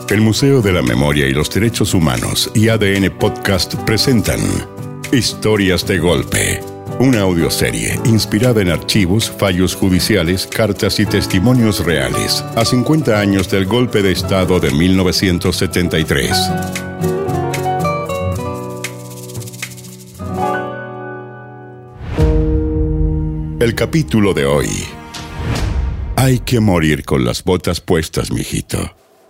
El Museo de la Memoria y los Derechos Humanos y ADN Podcast presentan Historias de Golpe, una audioserie inspirada en archivos, fallos judiciales, cartas y testimonios reales a 50 años del golpe de Estado de 1973. El capítulo de hoy. Hay que morir con las botas puestas, mijito.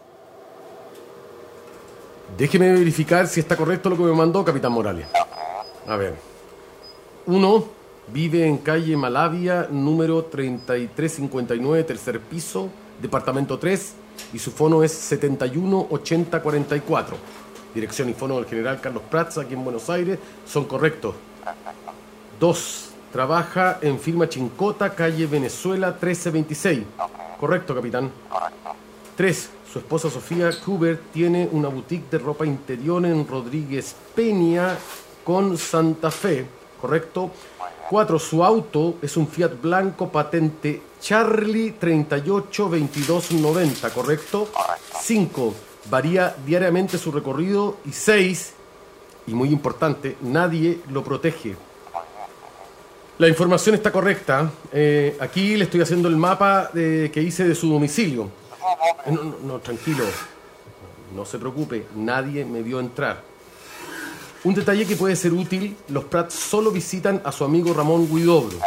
Déjeme verificar si está correcto lo que me mandó Capitán Morales. A ver. 1. Vive en calle Malavia, número 3359, tercer piso, departamento 3, y su fono es 718044. Dirección y fono del general Carlos Prats, aquí en Buenos Aires, son correctos. 2. Trabaja en firma Chincota, calle Venezuela, 1326. Correcto, capitán. 3. Su esposa Sofía Kubert tiene una boutique de ropa interior en Rodríguez Peña con Santa Fe. Correcto. 4. Su auto es un Fiat blanco patente Charlie 382290. Correcto. 5. Varía diariamente su recorrido. Y 6, y muy importante, nadie lo protege. La información está correcta. Aquí le estoy haciendo el mapa que hice de su domicilio. No, tranquilo. No se preocupe, nadie me vio entrar. Un detalle que puede ser útil: los Prats solo visitan a su amigo Ramón Huidobro.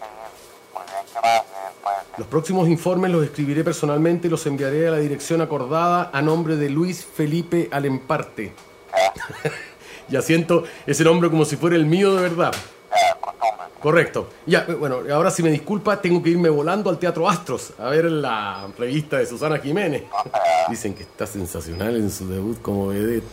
Los próximos informes los escribiré personalmente y los enviaré a la dirección acordada a nombre de Luis Felipe Alemparte. Ya siento ese nombre como si fuera el mío de verdad. Correcto. Ya, bueno, ahora si me disculpa, tengo que irme volando al Teatro Astros a ver la revista de Susana Jiménez. Dicen que está sensacional en su debut como vedette.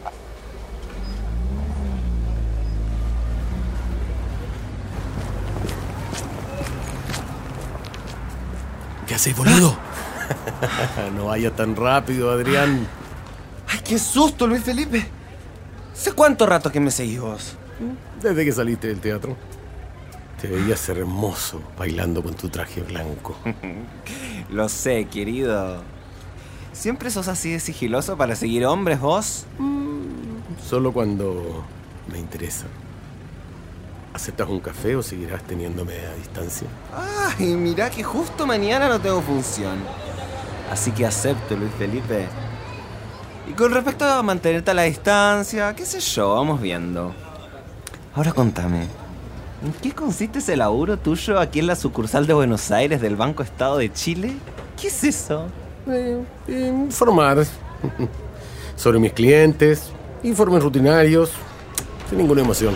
¿Qué haces, boludo? No vaya tan rápido, Adrián. ¡Ay, qué susto, Luis Felipe! ¿Hace cuánto rato que me seguís vos? Desde que saliste del teatro. Te veías hermoso bailando con tu traje blanco. Lo sé, querido. ¿Siempre sos así de sigiloso para seguir hombres, vos? Solo cuando me interesa. ¿Aceptas un café o seguirás teniéndome a distancia? Ay, mirá que justo mañana no tengo función. Así que acepto, Luis Felipe. Y con respecto a mantenerte a la distancia, qué sé yo, vamos viendo. Ahora contame, ¿en qué consiste ese laburo tuyo aquí en la sucursal de Buenos Aires del Banco Estado de Chile? ¿Qué es eso? Informar sobre mis clientes, informes rutinarios, sin ninguna emoción.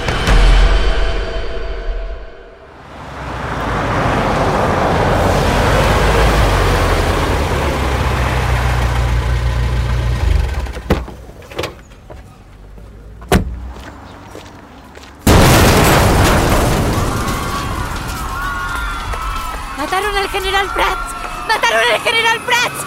¡Mataron al general Prats! ¡Mataron al general Prats!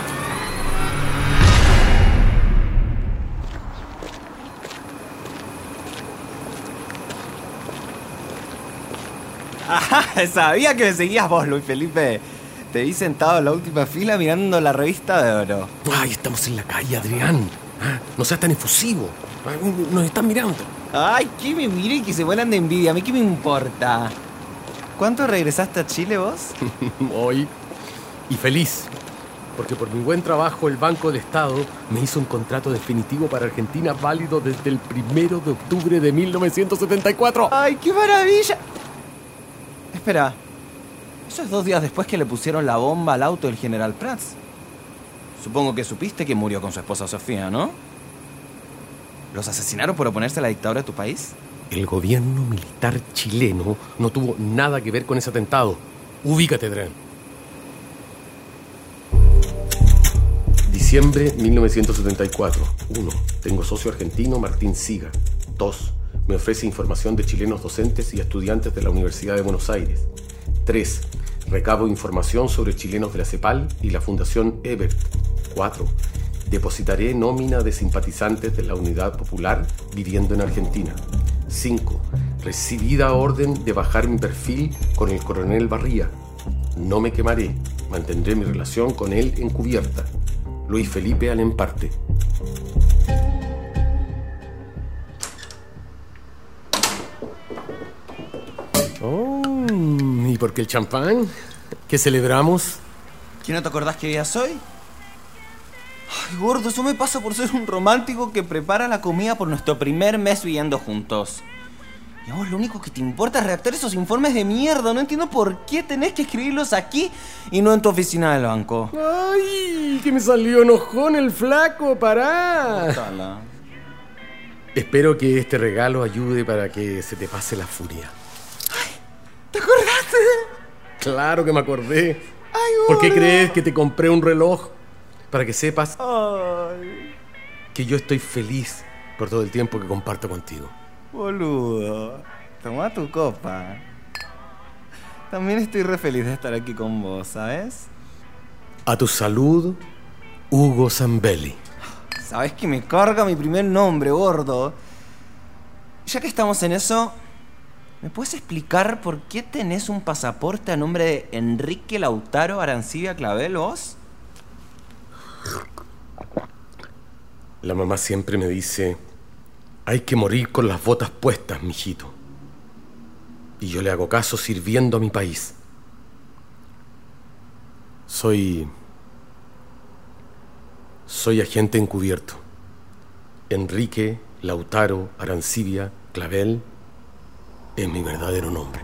Ajá, sabía que me seguías vos, Luis Felipe. Te vi sentado en la última fila mirando la revista de oro. Ay, estamos en la calle, Adrián. No seas tan efusivo. Nos están mirando. Ay, que me miren y que se vuelan de envidia. ¿A mí qué me importa? ¿Cuánto regresaste a Chile vos? Hoy. Y feliz. Porque por mi buen trabajo el Banco del Estado me hizo un contrato definitivo para Argentina válido desde el 1 de octubre de 1974. ¡Ay, qué maravilla! Espera. Eso es 2 días después que le pusieron la bomba al auto del general Prats. Supongo que supiste que murió con su esposa Sofía, ¿no? ¿Los asesinaron por oponerse a la dictadura de tu país? El gobierno militar chileno no tuvo nada que ver con ese atentado. Ubícate, Adrián. Diciembre 1974. 1. Tengo socio argentino Martín Siga. 2. Me ofrece información de chilenos docentes y estudiantes de la Universidad de Buenos Aires. 3. Recabo información sobre chilenos de la CEPAL y la Fundación Ebert. 4. Depositaré nómina de simpatizantes de la Unidad Popular viviendo en Argentina. 5. Recibida orden de bajar mi perfil con el coronel Barría. No me quemaré. Mantendré mi relación con él encubierta. Luis Felipe Alemparte. Oh, ¿y por qué el champán? ¿Qué celebramos? ¿Que no te acordás qué día soy? Ay, gordo, eso me pasa por ser un romántico que prepara la comida por nuestro primer mes viviendo juntos. Y a vos lo único que te importa es redactar esos informes de mierda. No entiendo por qué tenés que escribirlos aquí y no en tu oficina del banco. ¡Ay! Que me salió enojón el flaco, pará. Bótala. Espero que este regalo ayude para que se te pase la furia. ¿Te acordaste? Claro que me acordé. Ay, ¿Por qué gordo. crees que te compré un reloj? Para que sepas Ay, que yo estoy feliz por todo el tiempo que comparto contigo. boludo. Toma tu copa. También estoy re feliz de estar aquí con vos, ¿sabes? A tu salud, Hugo Zambelli. Sabes que me carga mi primer nombre, gordo. Ya que estamos en eso, ¿me puedes explicar por qué tenés un pasaporte a nombre de Enrique Lautaro Arancibia Clavel, vos? La mamá siempre me dice: hay que morir con las botas puestas, mijito. Y yo le hago caso sirviendo a mi país. Soy agente encubierto. Enrique Lautaro Arancibia Clavel es mi verdadero nombre.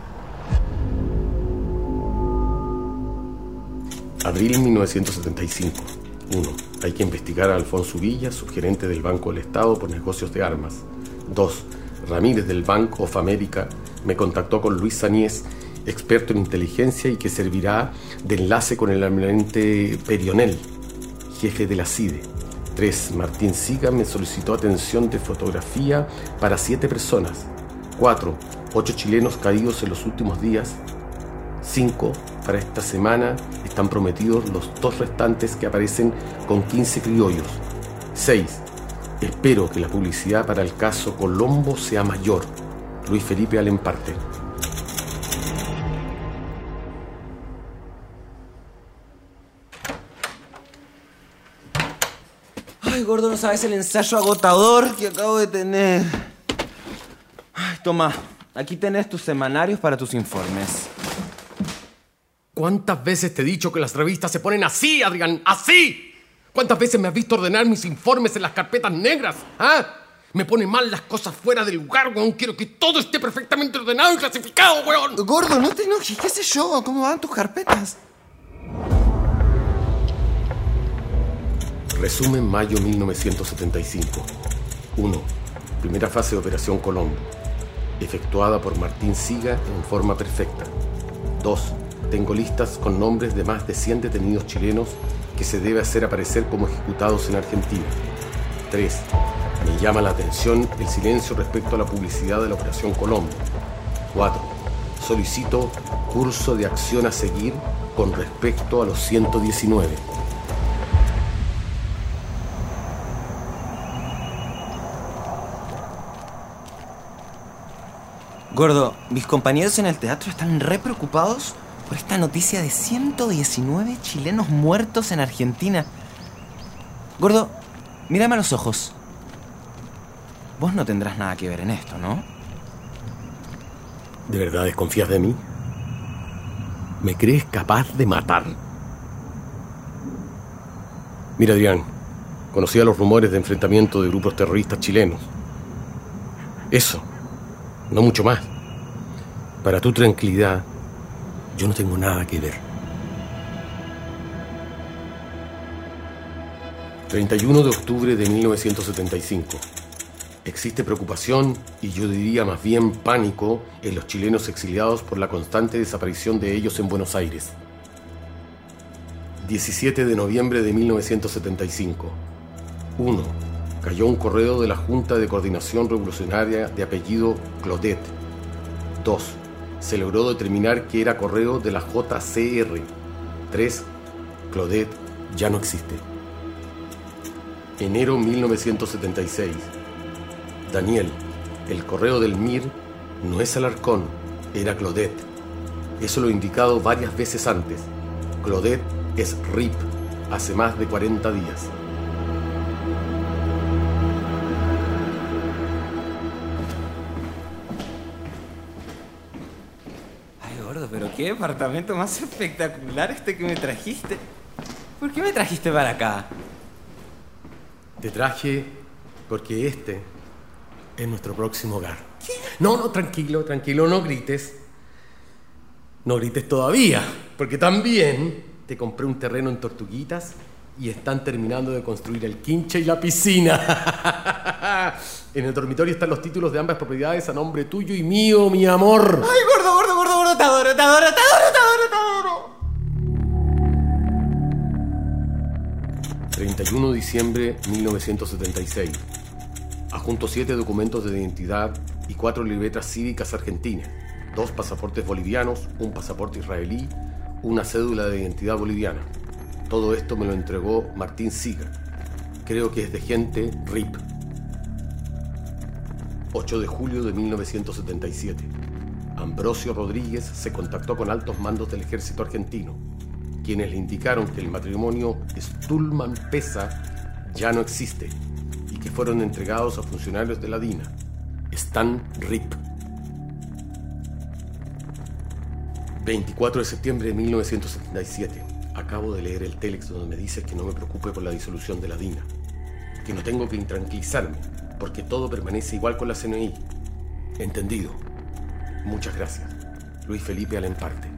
Abril 1975. 1. Hay que investigar a Alfonso Villa, subgerente del Banco del Estado, por negocios de armas. 2. Ramírez del Banco of America me contactó con Luis Sañez, experto en inteligencia y que servirá de enlace con el almirante Perionel, jefe de la CIDE. 3. Martín Siga me solicitó atención de fotografía para 7 personas. 4. 8 chilenos caídos en los últimos días. 5. Para esta semana están prometidos los 2 restantes que aparecen con 15 criollos. 6. Espero que la publicidad para el caso Colombo sea mayor. Luis Felipe Alemparte. Ay, gordo, no sabes el ensayo agotador que acabo de tener. Ay, toma, aquí tenés tus semanarios para tus informes. ¿Cuántas veces te he dicho que las revistas se ponen así, Adrián? ¡Así! ¿Cuántas veces me has visto ordenar mis informes en las carpetas negras? ¿Ah? Me pone mal las cosas fuera del lugar, weón. Quiero que todo esté perfectamente ordenado y clasificado, weón. Gordo, no te enojes, qué sé yo, ¿cómo van tus carpetas? Resumen mayo 1975. 1. Primera fase de Operación Colombo. Efectuada por Martín Siga en forma perfecta. 2. Tengo listas con nombres de más de 100 detenidos chilenos que se debe hacer aparecer como ejecutados en Argentina. 3. Me llama la atención el silencio respecto a la publicidad de la Operación Colombo. 4. Solicito curso de acción a seguir con respecto a los 119. Gordo, mis compañeros en el teatro están re preocupados por esta noticia de 119 chilenos muertos en Argentina. Gordo, mírame a los ojos. Vos no tendrás nada que ver en esto, ¿no? ¿De verdad desconfías de mí? ¿Me crees capaz de matar? Mira, Adrián, conocía los rumores de enfrentamiento de grupos terroristas chilenos. Eso, no mucho más. Para tu tranquilidad, yo no tengo nada que ver. 31 de octubre de 1975. Existe preocupación, y yo diría más bien pánico, en los chilenos exiliados por la constante desaparición de ellos en Buenos Aires. 17 de noviembre de 1975. 1. Cayó un correo de la Junta de Coordinación Revolucionaria de apellido Clodet. 2. Se logró determinar que era correo de la JCR. 3. Clodet ya no existe. Enero 1976. Daniel, el correo del MIR no es Alarcón, era Clodet. Eso lo he indicado varias veces antes. Clodet es RIP, hace más de 40 días. Ay, gordo, pero qué departamento más espectacular este que me trajiste. ¿Por qué me trajiste para acá? Te traje porque este es nuestro próximo hogar. ¿Qué? No, tranquilo, no grites. No grites todavía, porque también te compré un terreno en Tortuguitas y están terminando de construir el quinche y la piscina. En el dormitorio están los títulos de ambas propiedades a nombre tuyo y mío, mi amor. Ay, gordo, te adoro. 31 de diciembre de 1976. Adjunto 7 documentos de identidad y 4 libretas cívicas argentinas, 2 pasaportes bolivianos, un pasaporte israelí, una cédula de identidad boliviana. Todo esto me lo entregó Martín Siga. Creo que es de gente RIP. 8 de julio de 1977. Ambrosio Rodríguez se contactó con altos mandos del ejército argentino, quienes le indicaron que el matrimonio Stulman-Pesa ya no existe y que fueron entregados a funcionarios de la DINA. Están RIP. 24 de septiembre de 1977. Acabo de leer el telex donde me dices que no me preocupe por la disolución de la DINA, que no tengo que intranquilizarme, porque todo permanece igual con la CNI. Entendido. Muchas gracias. Luis Felipe Alemparte.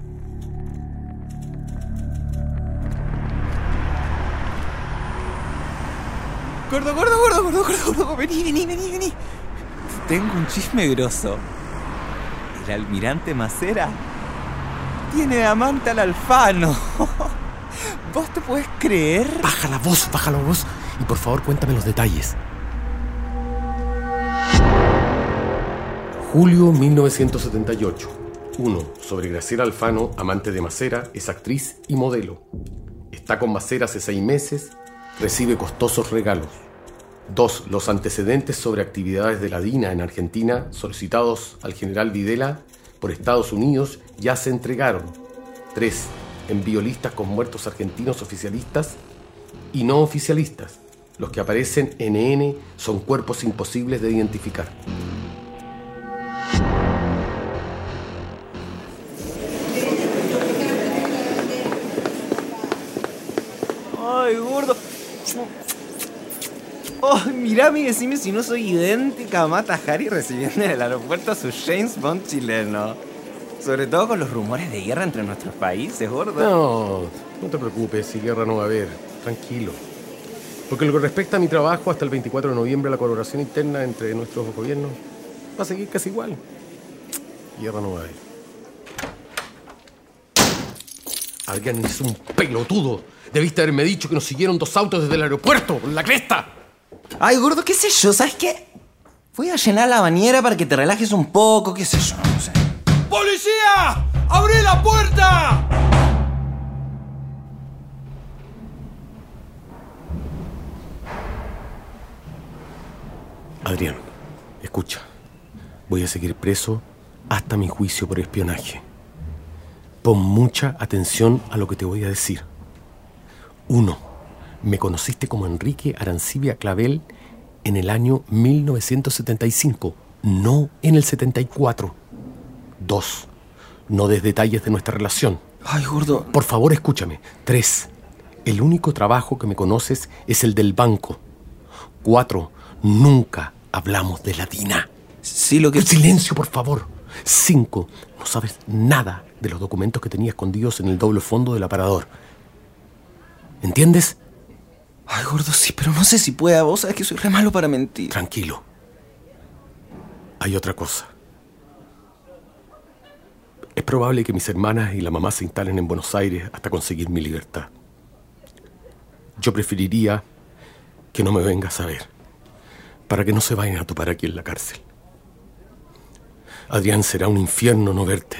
Gordo, vení. Tengo un chisme grosso. El almirante Macera tiene de amante al Alfano. ¿Vos te podés creer? Baja la voz. Y por favor, cuéntame los detalles. Julio 1978. 1. Sobre Graciela Alfano, amante de Macera, es actriz y modelo. Está con Macera hace 6 meses, recibe costosos regalos. 2. Los antecedentes sobre actividades de la DINA en Argentina solicitados al general Videla por Estados Unidos ya se entregaron. 3. Envío listas con muertos argentinos oficialistas y no oficialistas. Los que aparecen NN son cuerpos imposibles de identificar. Ay, gordo. Oh, mirame y decime si no soy idéntica a Mata Hari recibiendo en el aeropuerto a su James Bond chileno. Sobre todo con los rumores de guerra entre nuestros países, gordo. No te preocupes, si guerra no va a haber. Tranquilo. Porque lo que respecta a mi trabajo, hasta el 24 de noviembre la colaboración interna entre nuestros gobiernos va a seguir casi igual. Guerra no va a haber. Adrián es un pelotudo. Debiste haberme dicho que nos siguieron 2 autos desde el aeropuerto, por la cresta. Ay, gordo, qué sé yo, ¿sabes qué? Voy a llenar la bañera para que te relajes un poco, qué sé yo, no sé. ¡Policía! ¡Abrí la puerta! Adrián, escucha. Voy a seguir preso hasta mi juicio por espionaje. Pon mucha atención a lo que te voy a decir. 1. Me conociste como Enrique Arancibia Clavel en el año 1975, no en el 74. 2. No des detalles de nuestra relación. Ay, gordo. Por favor, escúchame. 3. El único trabajo que me conoces es el del banco. 4. Nunca hablamos de la DINA. Sí, lo que... Silencio, por favor. 5. No sabes nada de los documentos que tenía escondidos en el doble fondo del aparador. ¿Entiendes? Ay, gordo, sí, pero no sé si pueda. Vos sabés que soy re malo para mentir. Tranquilo. Hay otra cosa. Es probable que mis hermanas y la mamá se instalen en Buenos Aires hasta conseguir mi libertad. Yo preferiría que no me vengas a ver, para que no se vayan a topar aquí en la cárcel. Adrián, será un infierno no verte.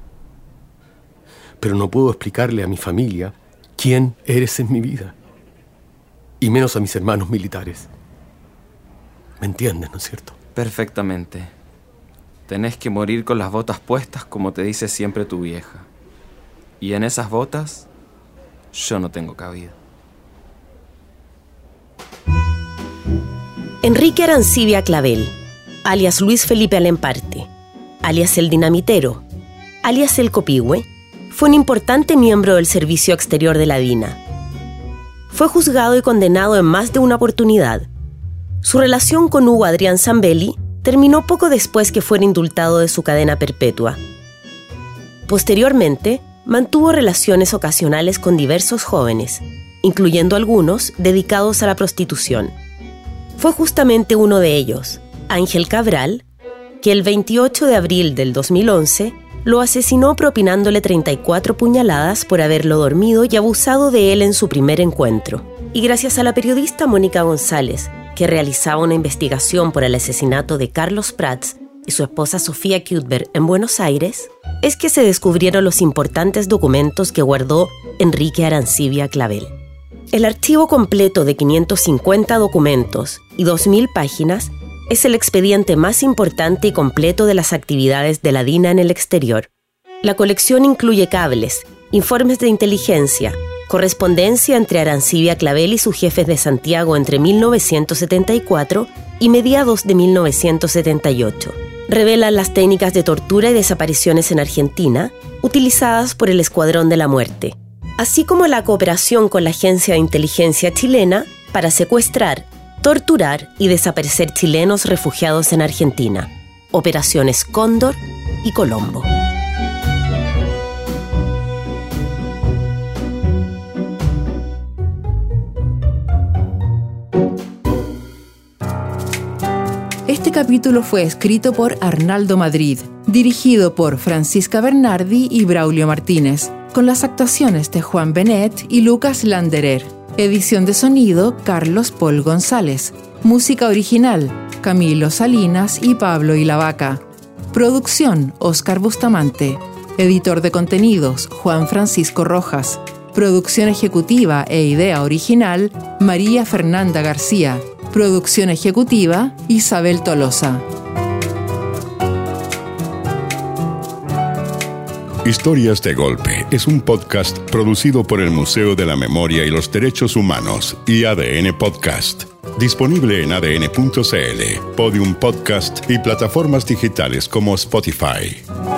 Pero no puedo explicarle a mi familia quién eres en mi vida. Y menos a mis hermanos militares. ¿Me entiendes, no es cierto? Perfectamente. Tenés que morir con las botas puestas, como te dice siempre tu vieja. Y en esas botas, yo no tengo cabida. Enrique Arancibia Clavel, alias Luis Felipe Alemparte, alias el Dinamitero, alias el Copihue, fue un importante miembro del servicio exterior de la DINA. Fue juzgado y condenado en más de una oportunidad. Su relación con Hugo Adrián Zambelli terminó poco después que fuera indultado de su cadena perpetua. Posteriormente, mantuvo relaciones ocasionales con diversos jóvenes, incluyendo algunos dedicados a la prostitución. Fue justamente uno de ellos, Ángel Cabral, que el 28 de abril del 2011 lo asesinó propinándole 34 puñaladas por haberlo dormido y abusado de él en su primer encuentro. Y gracias a la periodista Mónica González, que realizaba una investigación por el asesinato de Carlos Prats y su esposa Sofía Cuthbert en Buenos Aires, es que se descubrieron los importantes documentos que guardó Enrique Arancibia Clavel. El archivo completo de 550 documentos y 2.000 páginas es el expediente más importante y completo de las actividades de la DINA en el exterior. La colección incluye cables, informes de inteligencia, correspondencia entre Arancibia Clavel y sus jefes de Santiago entre 1974 y mediados de 1978. Revelan las técnicas de tortura y desapariciones en Argentina utilizadas por el Escuadrón de la Muerte, así como la cooperación con la Agencia de Inteligencia chilena para secuestrar, torturar y desaparecer chilenos refugiados en Argentina. Operaciones Cóndor y Colombo. Este capítulo fue escrito por Arnaldo Madrid, dirigido por Francisca Bernardi y Braulio Martínez, con las actuaciones de Juan Benet y Lucas Landerer. Edición de sonido, Carlos Paul González. Música original, Camilo Salinas y Pablo Ilavaca. Producción, Óscar Bustamante. Editor de contenidos, Juan Francisco Rojas. Producción ejecutiva e idea original, María Fernanda García. Producción ejecutiva, Isabel Tolosa. Historias de Golpe es un podcast producido por el Museo de la Memoria y los Derechos Humanos y ADN Podcast. Disponible en adn.cl, Podium Podcast y plataformas digitales como Spotify.